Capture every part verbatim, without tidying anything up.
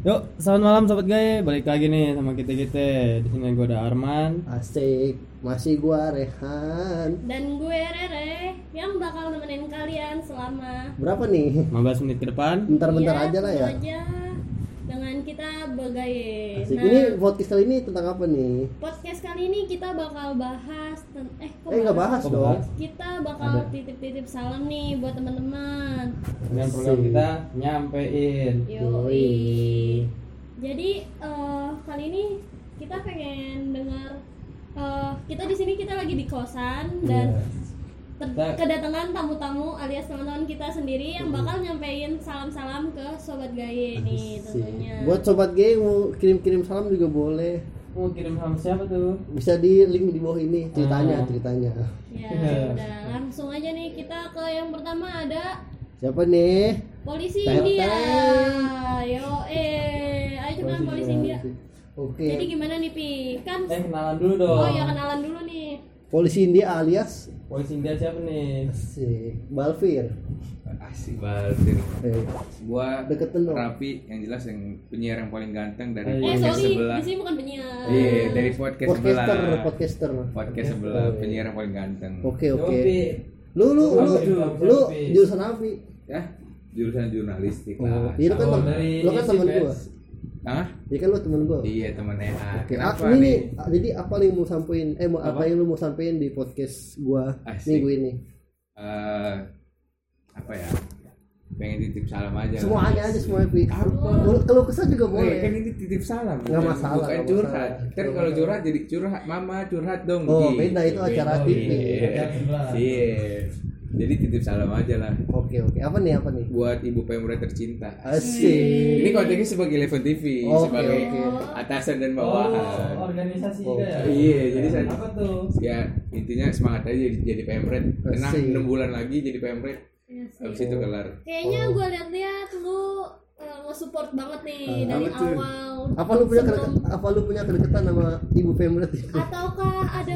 Yuk, selamat malam sobat Gaye. Balik lagi nih sama kita-kita. Di sini gue ada Arman. Asik, masih gua Rehan. Dan gue Rere yang bakal nemenin kalian selama Berapa nih? lima belas menit ke depan. Bentar-bentar ya, aja lah ya. aja dengan kita bergaye. Asik. Nah, Ini podcast kali ini tentang apa nih? podcast kali ini kita bakal bahas ten- eh kok Eh nggak bahas Kok dong. bahas? kita bakal Ada. titip-titip salam nih buat teman-teman. Dengan program Asik. kita nyampein. Yoi. Jadi eh, kali ini kita pengen dengar eh, kita di sini kita lagi di kosan dan ter- Kita- kedatangan tamu-tamu alias teman-teman kita sendiri yang bakal nyampein salam-salam ke sobat gaye nih tentunya. Buat sobat G mau kirim-kirim salam juga boleh. Mau kirim sama siapa tuh? Bisa di link di bawah ini ceritanya, Ah. ceritanya. Ya udah langsung aja nih kita ke yang pertama ada Siapa nih? polisi Teng, India. teng. Yo eh, ayo cepetan polisi India. Oke. Jadi gimana nih Pi? Kan Eh, kenalan dulu dong. oh ya kenalan dulu nih. Polisi India alias Polisi India siapa nih? si Balfir. Asik banget. Eh, Gua deketin dong. Rapi yang jelas yang penyiar yang paling ganteng dari Eh, Eh podcast sorry, sebelah. di sini bukan penyiar. Iya, dari podcast sebelah. Podcaster, podcaster. Podcast sebelah penyiar yang paling ganteng. Oke, oke. Yopi. Lu lu lu, Apa tuh? lu Yopi. jurusan apa? Ya, jurusan jurnalistik Oh, lah. iya, lu kan Oh, tem- dari lu kan temen I C P S. gua. Hah? Iya kan lu temen gua. Iya, teman Eha. Oke, ah, Kenapa ini nih? nih, ah, jadi apa yang mau sampein? Eh, mau apa, Apa? yang lu mau sampein di podcast gua Asik. minggu ini? Eh, apa ya? Pengen titip salam aja. lah. Semuanya aja semua Pi. Apa? Kalau kesal juga Eh, kan boleh. ini titip salam, Nggak bukan- masalah, bukan nggak curhat. masalah. Kan Nggak kalau masalah. curhat jadi curhat, mama curhat dong. Oh, gitu. beda itu acara T V. Iya. Iya. Jadi titip salam aja lah Oke, oke. Apa nih? Apa nih? buat ibu pemret tercinta. Asik. Ini kontennya sebagai Eleven T V, Oke, sebagai oke. atasan dan Oh, bawahan. organisasi Oh, juga ya? iya, jadi saya- apa tuh? Ya intinya semangat aja jadi, jadi pemret. Tenang, Asik. enam bulan lagi jadi pemret. Iya sih. Habis itu kelar. Kayaknya Oh. gue liat-liat lu uh, nge-support banget nih Ah, dari apa tuh? awal. Apa lu punya sebelum- kedekatan, apa lu punya kedekatan sama ibu Pemret itu? Ataukah ada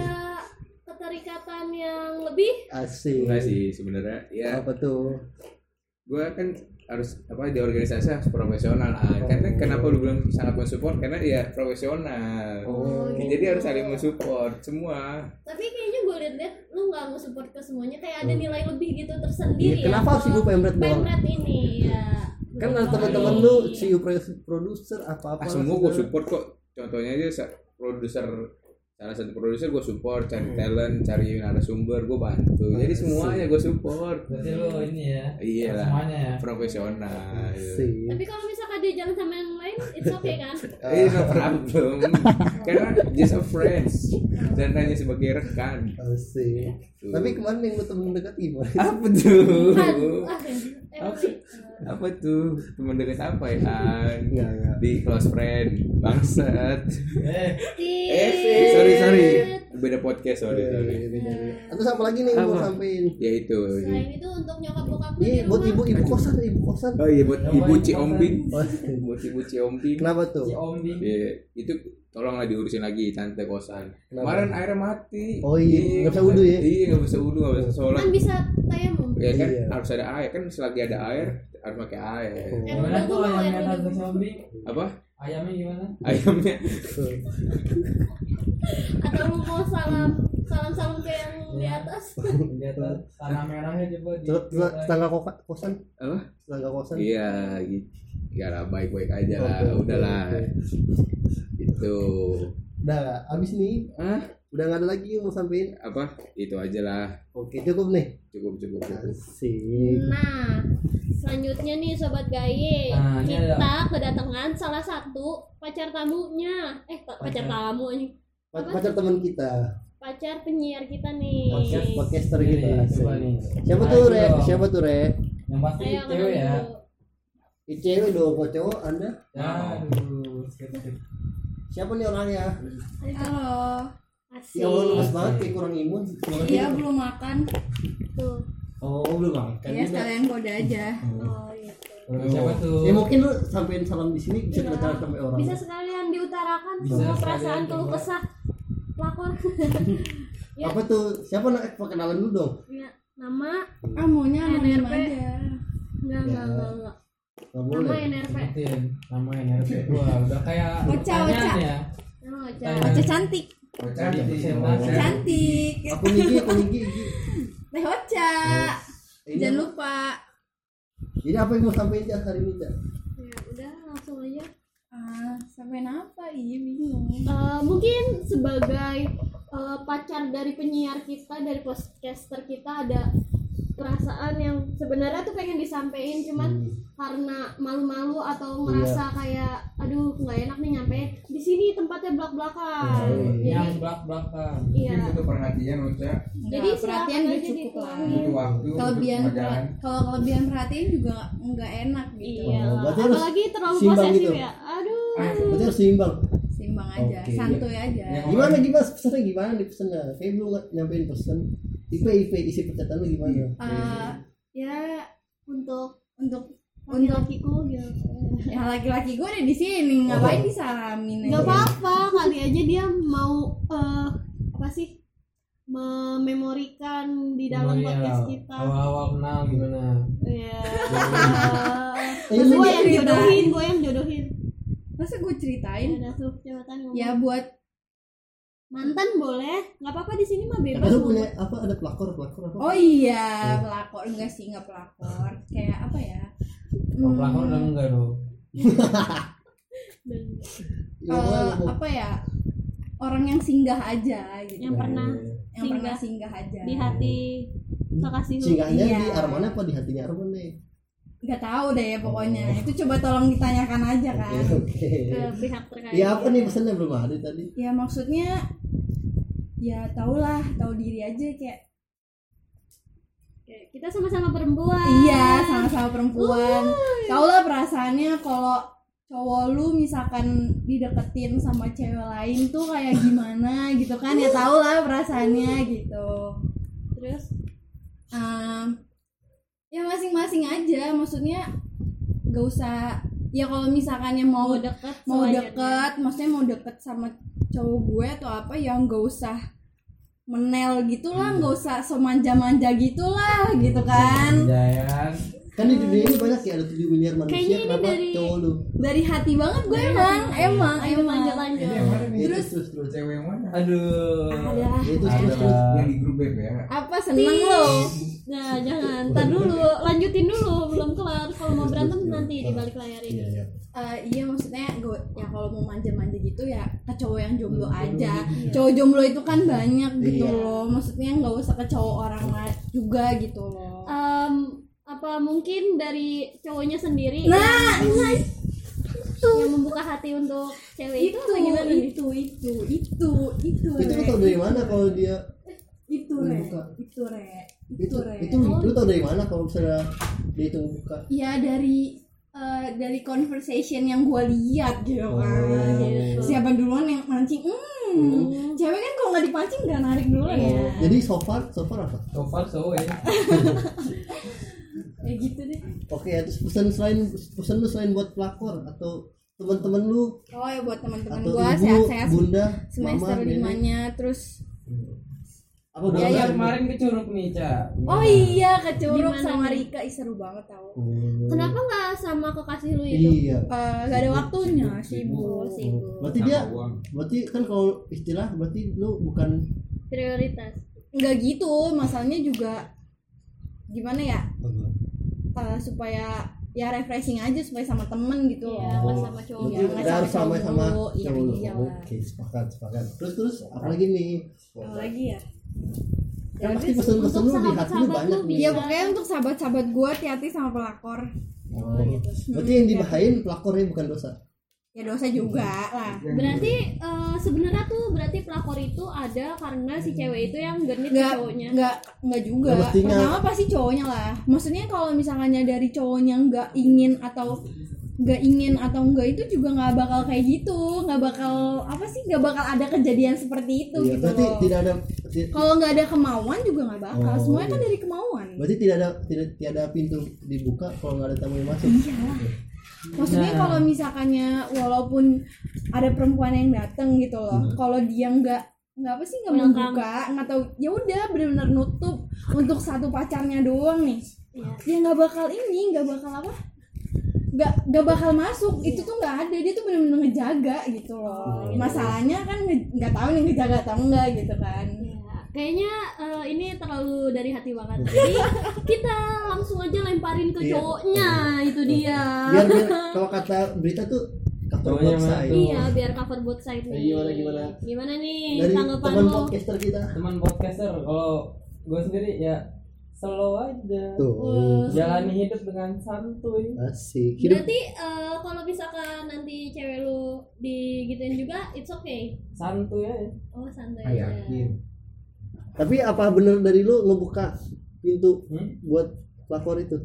keterikatan yang lebih? Asik. Enggak sih sebenarnya. Ya, Apa tuh? gue kan harus apa di organisasi harus profesional. Ah, karena kenapa lu bilang sangat mensupport? Karena ya profesional. Oh, Jadi harus saling mensupport semua. Tapi kayaknya gue liat-liat lu nggak nge-support ke semuanya, kayak ada nilai lebih gitu tersendiri. Iya, kenapa ya, harus ibu ke Pemret doang? Pemret ini ya. Kan ada teman-teman lu C E O produser apa-apa. Ah, semua gue support kok. Contohnya aja sa- produser, salah satu produser gue support, cari talent, cari narasumber gue bantu. Jadi semuanya gue support. Berarti lu ini ya? Iya lah. Semuanya ya? Profesional. Asik. Tapi kalau misalkan dia jalan sama yang lain, it's okay kan? Eh, no problem. Karena just a friends dan hanya sebagai rekan. Asik. Tuh. Tapi kemarin yang lu temen dekat gimana? Apa tuh? Aduh, ah, emang Apa? sih. Apa tuh? Teman dekat apa ya? Enggak, enggak. Di close friend, bangsat. Eh, Eh, sorry sorry. Beda podcast sorry sorry. Terus apa lagi nih yang mau Apa? sampein? Ya itu. Selain itu untuk nyokap bokap lu di Iya, buat rumah, ibu ibu kosan, ibu kosan. Oh iya buat Yang ibu paling Ciombing. Oh, Buat ibu Ciombing. kenapa tuh? si Ombi. Iya, itu tolonglah diurusin lagi tante kosan. Kenapa? Kemarin airnya mati. Oh iya, nggak bisa wudhu ya? Iya, nggak bisa wudhu, nggak bisa sholat. kan bisa tayamum. Ya kan Iya. harus ada air kan selagi ada air harus pakai air. Oh. Gimana tuh ayamnya tante si Ombi? Apa? Ayamnya gimana? Ayamnya. Atau lu mau salam salam salam ke yang di atas? Di atas tanah merahnya coba di. Terus tetangga koka- kosan, Apa? tetangga kosan. Iya, gitu. Ya lah baik-baik aja lah, Oke, oke, udahlah. oke. Itu. Udah, abis nih. Hah? Udah nggak ada lagi yang mau sampein. Apa? Itu aja lah. Oke, cukup nih. Cukup cukup cukup. Asik. Nah, selanjutnya nih sobat gaye, Nah, ini kita ada- kedatangan salah satu pacar tamunya. Eh, pa- pacar Pacar. tamu ini. Pa- Pacar teman kita, Pacar penyiar kita nih. podcast podcaster Ini, kita. coba Asik. nih. Siapa Nah, tuh, itu Re? dong. Siapa tuh, Re? Yang pasti Ayo cewek kenalan ya. dulu. Ih, cewek dong, kok cowok Anda? Aduh, skip skip. Siapa nih orangnya? Halo. Asik. Ya Allah, lemas banget kayak kurang imun. Iya belum makan. Tuh. Oh, belum makan. Ya juga. sekalian kode aja. Oh iya. Terus siapa tuh? Ya mungkin lu sampein salam di sini bisa Iya. kedengaran sampai orang. Bisa sekalian diutarakan Bisa semua sekalian perasaan keluh coba. kesah pelakor. Ya. Apa tuh? Siapa nak perkenalan dulu dong? Ya, nama Ah maunya anonim N R P. aja. enggak Ya. enggak enggak enggak. Nggak Nama boleh. N R P. Sebutin nama N R P. Wah, udah kayak Ocha, pertanyaan Ocha. ya. Oh, Tanya. Ocha cantik. Oh, Jadi cantik. presentasi. Oh. Cantik. Aku Nigi, aku Nigi. Nigi. Teh Ocha. Ini Jangan apa? lupa. Ini apa yang mau sampaikan Cak hari ini Cak? Ya udah langsung aja. Ah, sampai apa? Iya bingung. Eh, mungkin sebagai eh, pacar dari penyiar kita, dari podcaster kita, ada perasaan yang sebenarnya tuh pengen disampaikan, cuman Hmm. karena malu-malu atau ngerasa kayak aduh nggak enak nih nyampe di sini tempatnya belak-belakan. Iya, Yang Jadi belak-belakan. iya. Mungkin butuh perhatian Ocha, Jadi Nggak, perhatian silakan udah aja cukup lah. dituangin. butuh waktu, Kelebihan butuh jalan. kalau kelebihan perhatian juga nggak enak gitu. Iya. Oh, berarti harus Apalagi terlalu seimbang posesif gitu. ya. Aduh. Berarti harus seimbang. Seimbang aja, Oke. santuy aja. Ya, Gimana gimana pesannya gimana nih pesannya? Kayak belum nggak nyampein pesan. I P I P isi percakapan lu gimana? Eh, Ya untuk untuk laki-lakiku gitu. yang laki-laki gue ada di sini, ngapain Oh. disalamin Nggak aja? apa-apa, kali aja dia mau eh, apa sih mememorikan di dalam Memorial. podcast kita. Awal-awal kenal gimana? Ya. Eh, Gue lu yang ceritain. jodohin, gue yang jodohin. Masa gue ceritain? Ada tuh jabatan ngomong. Ya buat Mantan boleh, nggak apa-apa di sini mah bebas. Kan lu mau. punya apa ada pelakor pelakor apa? oh iya, pelakor enggak sih, enggak pelakor. Kayak apa ya? Oh, Hmm, pelakor udah enggak dong. Dan Ya, eh, mau- apa ya? Orang yang singgah aja gitu. yang pernah yang pernah singgah aja. di hati kekasih lu. Singgahnya Iya. di Arman apa di hatinya Arman deh? Enggak tahu deh ya pokoknya. Itu coba tolong ditanyakan aja kan. Oke. Ke pihak terkait. Ya apa nih pesannya belum ada tadi? Ya maksudnya ya tahulah, tahu diri aja kayak Kayak kita sama-sama perempuan. iya, sama-sama perempuan. Tahulah perasaannya kalau cowok lu misalkan dideketin sama cewek lain tuh kayak gimana gitu kan. Ya tahulah perasaannya gitu. Terus Ehm, ya masing-masing aja, maksudnya gak usah ya kalau misalkannya mau mau deket mau sewajarnya. deket, maksudnya mau deket sama cowok gue atau apa ya nggak usah menel gitulah, nggak usah semanja-manja gitulah gitu kan. Jayan. Kan di dunia ini banyak ya ada tujuh miliar manusia. Kayaknya ini Kenapa dari- cowok lu? Dari hati banget gue emang, emang, Ayo emang. lanjut lanjut. Ini yang mana nih? Ya, Terus- terus terus. Cewek yang mana? Aduh. Ada Ya, terus terus terus. Yang di grup B P ya? apa seneng lo? Nah jangan, ntar dulu, lanjutin dulu, belum kelar. Kalau mau berantem nanti di balik layar ini. Iya iya. Eh, iya maksudnya gue ya kalau mau manja-manja gitu ya ke cowok yang jomblo aja. Cowok jomblo itu kan banyak gitu Iya. loh. Maksudnya nggak usah ke cowok orang lain juga gitu loh. Em, apa mungkin dari cowoknya sendiri Nah, yang, yang membuka hati untuk cewek itu, itu apa gimana nih? itu itu itu itu Itu lu Re. tau dari mana kalau dia itu re Buka. itu re itu re itu lu tau dari mana kalau misalnya dia itu buka? ya dari eh, dari conversation yang gue lihat gitu kan. Oh. Gitu. Siapa duluan yang mancing? Hmm. Cewek kan kalau nggak dipancing nggak narik duluan ya. Oh, jadi so far so far apa? So far so eh. Kayak gitu deh. Oke, ya, terus pesan selain pesan lu selain buat pelakor atau teman-teman lu Oh ya buat teman-teman atau gue ibu, sehat-sehat bunda, semester mama, nenek, limanya terus. apa Ya, Ya, buat ya, kemarin ke Curug nih, Ca. Oh iya ke Curug Gimana sama nih? Rika. Ih, seru banget tau. Oh. Kenapa nggak sama kekasih lu itu? Iya. Eh, gak ada waktunya sibuk Sibuk. Berarti Sama dia uang. berarti kan kalau istilah berarti lu bukan Prioritas. nggak gitu, masalahnya juga gimana ya, eh, supaya ya refreshing aja supaya sama temen gitu Iya, loh. nggak sama cowok. Iya, Berarti nggak nggak harus sama sama cowok. Iya, cowok lu. iyalah. Oke, sepakat, sepakat. Terus terus apalagi nih? Apa lagi ya? Kan Ya, pasti terus pesan-pesan lu di hati lu sahabat-sahabat banyak lu nih. Iya pokoknya untuk sahabat-sahabat gue hati-hati sama pelakor. Oh, gitu. berarti yang dibahain pelakornya bukan dosa. Ya dosa juga lah. Berarti eh, sebenarnya tuh berarti pelakor itu ada karena si cewek itu yang genit ke Nggak, cowoknya. nggak, nggak juga. Nggak mestinya. Pertama pasti cowoknya lah. Maksudnya kalau misalnya dari cowoknya nggak ingin atau nggak ingin atau enggak itu juga nggak bakal kayak gitu, nggak bakal apa sih, nggak bakal ada kejadian seperti itu Iya, gitu berarti loh. tidak ada ti- Kalau nggak ada kemauan juga nggak bakal. Oh, Semuanya kan iya. dari kemauan. berarti tidak ada tidak tidak ada pintu dibuka kalau nggak ada tamu yang masuk. Iyalah. Maksudnya Nah. kalau misalkannya walaupun ada perempuan yang datang gitu loh, Hmm. kalau dia nggak nggak apa sih nggak Welcome. membuka, nggak tahu ya udah benar-benar nutup untuk satu pacarnya doang nih, Iya. ya nggak bakal ini, nggak bakal apa, nggak nggak bakal masuk. Itu tuh nggak ada, dia tuh benar-benar ngejaga gitu loh. Masalahnya kan nge- nggak tahu nih ngejaga atau enggak gitu kan. Ya, kayaknya eh, ini terlalu dari hati banget. Jadi kita langsung aja lemparin ke Iya. cowoknya, itu dia. Biar biar kalau kata berita tuh cover Cowoknya both mana side. tuh? Iya, biar cover both side nih. Eh, gimana, gimana? Gimana nih Dari tanggapan teman lo? podcaster kita. Teman podcaster, kalau gue sendiri ya slow aja. Tuh. Uh, Jalani hidup dengan santuy. Asik. Hidup Berarti eh, kalau misalkan nanti cewek lu digituin juga, it's okay. Santuy aja. Oh, santai Ah, aja. yakin. Tapi apa bener dari lu ngebuka pintu Hmm? buat pelakor itu?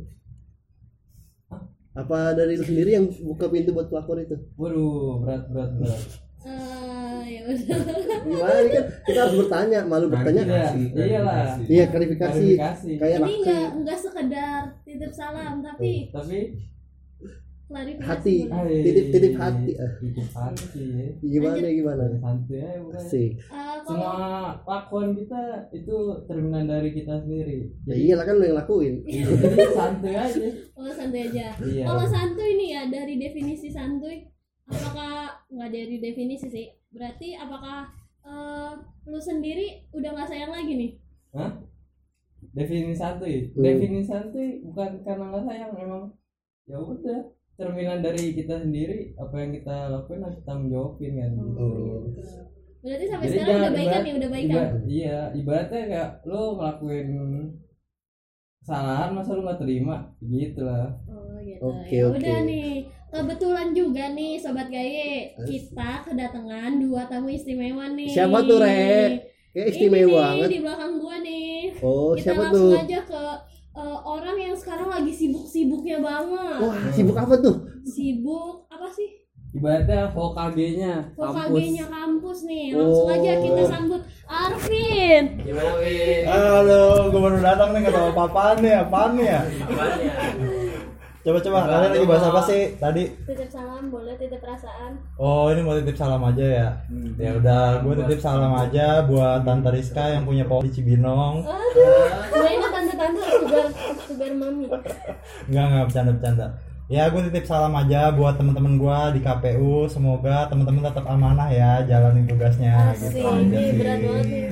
Apa dari lu sendiri yang buka pintu buat pelakor itu? Waduh, berat berat berat. Eh, ya udah. Gimana ini kan kita harus bertanya, malu bertanya. Iya, iyalah. Iya, klarifikasi. Klarifikasi. Kayak Jadi laki nggak nggak sekedar titip salam, tapi Tapi klarifikasi. hati. boleh. Hai, Titip- titip hati. Titip hati. Gimana gimana? Santuy aja bukan. Asik. Eh, kalau Semua lakuan kita itu cerminan dari kita sendiri. Ya iyalah kan lu yang lakuin. Jadi santuy aja. oh santuy aja. Iya. Kalau santuy nih ya, dari definisi santuy, apakah nggak dari definisi sih? Berarti apakah eh, lu sendiri udah nggak sayang lagi nih? Hah? Definisi santuy. Hmm. Definisi santuy bukan karena nggak sayang, memang ya udah cerminan dari kita sendiri, apa yang kita lakuin harus kita menjawabin kan. Oh. Berarti sampai Jadi sekarang jangan udah baikan ibarat- nih, udah baikan. ibarat- iya, ibaratnya kayak lo ngelakuin kesalahan masa lu nggak terima gitu lah. Oh gitu. Oke, Ya oke. udah nih. Kebetulan juga nih Sobat Gaye, kita kedatangan dua tamu istimewa nih. Siapa tuh, Re? Kayak istimewa Ini nih, banget. di belakang gua nih. Oh, Kita siapa langsung tuh? aja ke eh, orang yang sekarang lagi sibuk-sibuknya banget. Wah, sibuk apa tuh? Sibuk apa sih? Ibaratnya vokal G-nya kampus. Vokal-nya kampus nih. Langsung Oh. aja kita sambut Arvin. Gimana Win? Halo, gue baru datang nih, nggak tahu apa-apaan nih, apaan nih ya? Coba-coba, kalian lagi bahas apa sih tadi? Titip salam, boleh titip perasaan. Oh, ini mau titip salam aja ya? Ya udah, gue titip salam aja buat Tante Rizka yang punya pohon di Cibinong. Aduh, gue ini tante-tante sugar sugar mami. Enggak, enggak, bercanda-bercanda. Ya, gue titip salam aja buat teman-teman gue di K P U. Semoga teman-teman tetap amanah ya, jalanin tugasnya. Asik, Gitu aja ini sih. berat banget nih.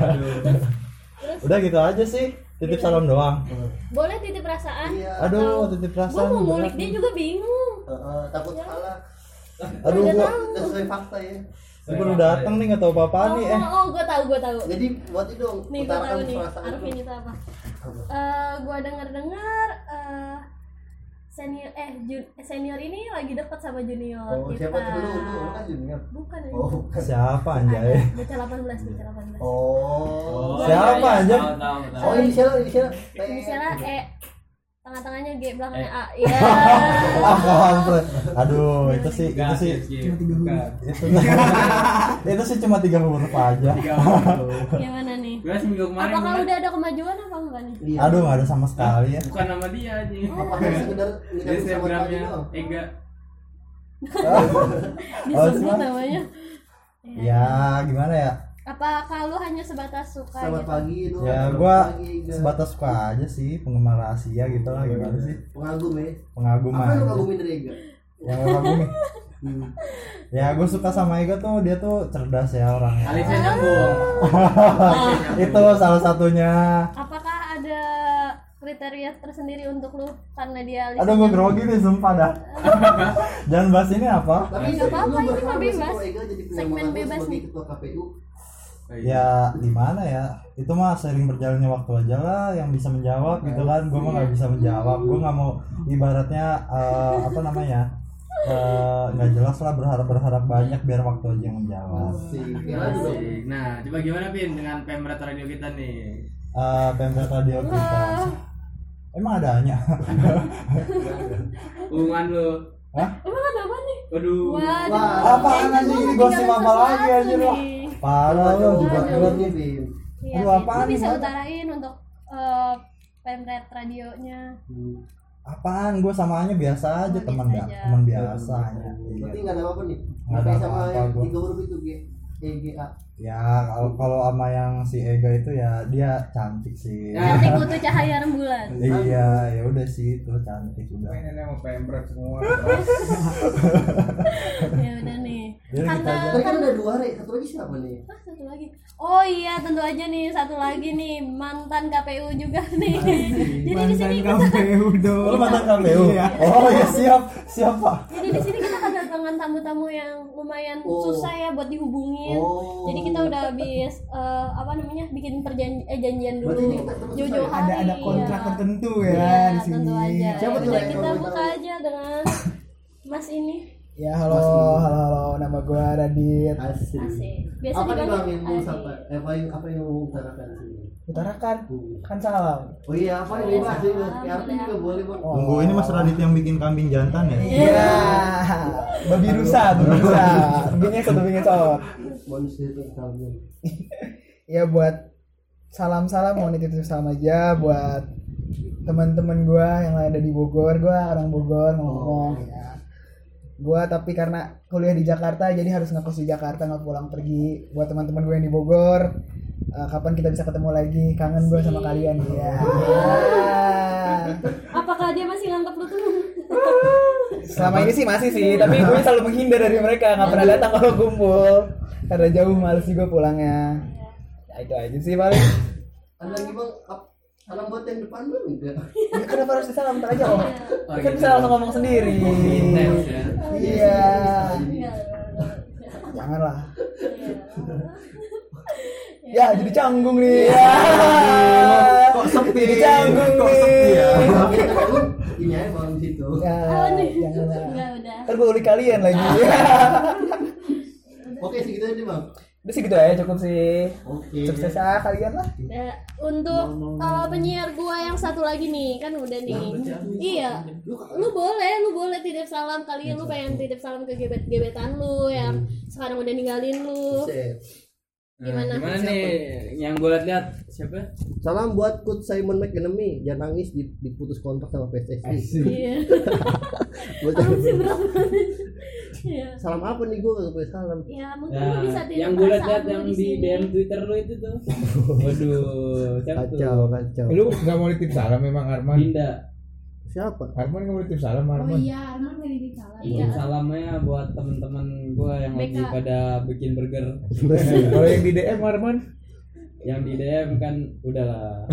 Udah gitu aja sih, titip salam doang. Boleh titip perasaan? Iya. Aduh, titip Gue perasaan. mau ngulik berat dia nih. juga bingung. Heeh, takut salah. Aduh, Udah gue tahu. Udah sesuai fakta ya. baru datang nih, nggak tahu apa-apaan Oh, nih. Eh, oh, oh, gue tahu, gue tahu. Jadi buat itu dong, Nih, gue utarakan tahu nih. perasaan Arvin itu. itu apa? Eh, gue dengar-dengar eh, senior eh jun- senior ini lagi dekat sama junior Oh, kita. siapa tuh lu? Lu lu kan junior. Bukan aja. Oh, bukan. siapa anjay? Ada bocah delapan belas, bocah delapan belas. Oh. Siapa anjir? Tahu, tahu, tahu. Oh, inisial inisial. Misalnya E, tengah-tengahnya G, belakangnya A. Ya. Ah, kampret. Aduh, itu sih, itu sih, Bukan. itu, itu sih cuma tiga huruf aja. Gimana nih? Gue seminggu kemarin Apakah gua- udah ada kemajuan apa enggak nih? Iya. Aduh, nggak ada sama sekali ya. bukan nama dia aja. Apa sekedar Di ngingetin sama Instagramnya pagi doang? Ega. Disebut siapa? namanya. Ya, gimana ya? Apa kalau hanya sebatas suka Selamat gitu? pagi doang. Ya, Selamat gua pagi, Ga. sebatas suka aja sih, penggemar rahasia gitu lah, gimana sih? Pengagum ya. Pengagum Apa lu aja. ngagumin dari Ega? Yang gue kagumi. Hmm. Ya, gue suka sama Ega tuh, dia tuh cerdas ya orangnya. Alisnya nyambung. Itu salah satunya. Apakah ada kriteria tersendiri untuk lu karena dia alis? Aduh, gue grogi nih, sumpah dah. Jangan bahas ini apa? Tapi Nggak apa-apa, lu ini berharap mah nggak sih bebas. kalau Ega jadi Segmen penyamar bebas sebagai nih. ketua K P U? Ya gimana ya, itu mah sering berjalannya waktu aja lah yang bisa menjawab gitu kan. Gue mah nggak bisa menjawab, gue nggak mau ibaratnya eh, apa namanya eh, nggak jelas lah, berharap berharap banyak biar waktu aja yang menjawab. Asik. Ya, aduh dong. Asik. Nah, coba gimana Pin dengan Pemret Radio kita nih? Eh, Pemret Radio kita emang adanya. Hubungan lu. Hah? Emang ada apa nih? Waduh. Waduh. Wah, apaan kayaknya anjing, gua ini ketinggalan gosip apa sesuatu lagi anjir lo? nih. Parah lo juga Coba lo. nih, Bim. Iya, Aduh, Vin. apaan Lu bisa nih? utarain untuk eh, Pemret radionya. Apaan, gue samanya biasa aja, Oh, teman biasa ya, aja. teman biasa aja. Berarti Iya. nggak ada apa-apa nih. Nggak ada Kayak sama apa-apa yang gua. tiga huruf itu, Ge. E G A. Ya kalau kalau sama yang si Ega itu ya dia cantik sih. Cantik butuh cahaya rembulan. Iya, ya udah sih itu cantik udah. Pengennya mau pembrek semua. Ya udah nih. Jadi kita Karena aja- Tadi kan ada dua, Re. Satu lagi siapa nih? Ah, satu lagi. Oh iya, tentu aja nih satu lagi nih mantan K P U juga nih. Jadi di sini kita, Oh, mantan K P U. Oh ya siap, siap Pak. jadi di sini kita kedatangan tamu-tamu yang lumayan Oh. susah ya buat dihubungin. Oh. Jadi kita udah habis eh, apa namanya bikin perjanjian eh janjian dulu Berarti ini kita terus jauh-jauh ya? hari. ada ada kontrak iya. tertentu ya Iya, di sini. tentu aja. Siapa Ya tuh, udah Rek, kita kalau buka tahu? aja dengan Mas ini. Ya halo, halo, halo, nama gua Radit. Asik. Asik. Biasa Apa nih dipanggil Bang yang mau Adi. sampai? Eh, apa yang apa yang mau utarakan sini? Utarakan, Hmm. kan salam. Oh iya, apa yang bebas sih? Ya, arti juga boleh, Bang. Tunggu ini Mas Radit yang bikin kambing jantan ya? Iya, babi rusa, babi rusa, bingit satu bingit sot. Manusia itu kalian. Ya buat salam-salam, mau nitip salam aja buat teman-teman gua yang ada di Bogor. Gua orang Bogor ngomong ya. Gua tapi karena kuliah di Jakarta jadi harus ngekos di Jakarta, nggak pulang pergi. Buat teman-teman gue yang di Bogor, eh, kapan kita bisa ketemu lagi? Kangen gue sama kalian ya. Apakah dia masih nganggap lu tuh? Selama ini sih masih sih, tapi gue selalu menghindar dari mereka, nggak pernah datang kalau kumpul karena jauh, males juga pulangnya. Ya itu aja sih paling. Ada lagi Bang, ap- salam buat yang depan lu enggak? Ya, kenapa harus disalam ntar aja om? Oh, Kan gitu. bisa langsung ngomong sendiri. Intens ya. Iya. Janganlah. Ya jadi canggung nih. Ya. Kok sepi? Jadi canggung Kok nih. sepi ya? Ini aja Bang di situ. Ya, Oh, nih. janganlah. Enggak udah. Ntar gue ulik kalian lagi. Oke, segitu aja Bang. Udah sih gitu aja cukup sih. Oke. Sukses aja kalian lah. Ya, untuk uh, penyiar gua yang satu lagi nih kan udah nih. Iya. Lu boleh, lu boleh titip salam kali lu pengen titip salam ke gebet-gebetan lu yang sekarang udah ninggalin lu. Set. Nah, Gimana? gimana nih yang gue lihat siapa? Salam buat Coach Simon McManamy, jangan nangis di- diputus kontrak sama P S S I. Iya. Buat- Apa sih berat banget? Iya. Salam apa nih gue kagak punya salam. Ya, mungkin Ya, lu bisa titip yang gue lihat perasaan lu yang di sini. D M Twitter lu itu tuh. Waduh, siapa tuh? Kacau, kacau. Lu nggak mau nitip salam memang Arman? Dinda. Siapa? Arman nggak mau nitip salam Oh Arman? iya, Arman nggak di salah. Iya. Salamnya buat temen-temen gue yang lagi B K. pada bikin burger. Kalau yang di D M Arman? Yang di D M kan udahlah.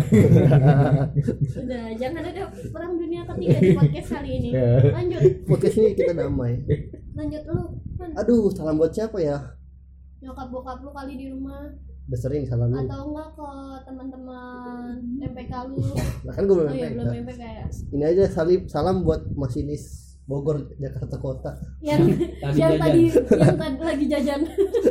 Udah, jangan ada perang dunia ketiga di podcast kali ini. Lanjut, Podcast ini kita damai. lanjut lu. Man. Aduh, salam buat siapa ya? Nyokap bokap lu kali di rumah Udah sering salamnya. atau enggak ke teman-teman M P K lu. Nah kan gue Oh belum iya, M P K. belum M P K ya. Ini aja salim salam buat masinis Bogor Jakarta Kota. Yang Tadi yang jajan. tadi yang tadi lagi jajan.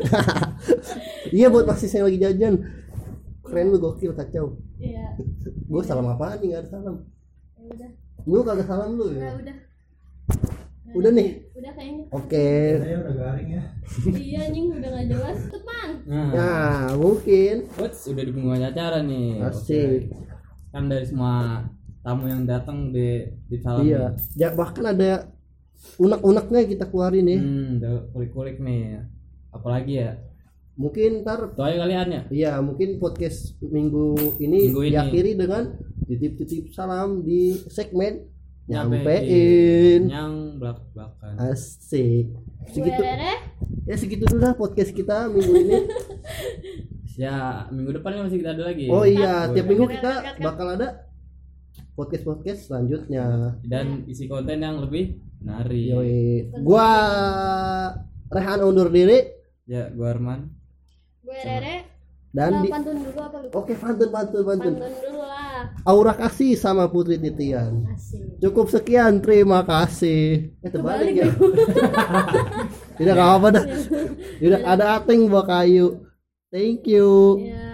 Iya buat masis yang lagi jajan. Keren lu, gokil, kacau. Iya. Gue salam apaan nih, gak ada salam. Ya udah. Lu kagak salam lu Udah, ya? udah. Udah nih. Udah kayaknya. Oke. Saya udah garing ya. Iya anjing udah gak jelas. Teman. Nah, Nah, mungkin What's udah di pengumuman acara nih. asik. Kan dari semua tamu yang datang di di salam. Iya. Ya, bahkan ada unek-uneknya kita keluarin nih. Hmm, udah kulik-kulik nih. Apalagi ya? Mungkin ntar Itu aja kalian ya. iya mungkin podcast minggu ini Minggu ini. diakhiri dengan titip-titip salam di segmen Nyampein. nyampein. Yang belak-belakan. Asik. Gue Segitu Rere. ya segitu dulu lah podcast kita minggu ini. Ya, minggu depan kan masih kita ada lagi. Oh iya, Boleh. tiap minggu kita bakal ada podcast-podcast selanjutnya. Dan isi konten yang lebih menarik. Yoi. Gua Rehan undur diri Ya, gua Arman. Gue Rere. dan Nah, di pantun dulu apa lu? Oke, pantun pantun pantun. Pantun dulu lah. Aura kasih sama Putri Titian. Asik. Cukup sekian, terima kasih. Eh terbalik ya. Kebalik. Tidak apa-apa dah. Tidak ada Ateng bawa kayu. Thank you. Ya.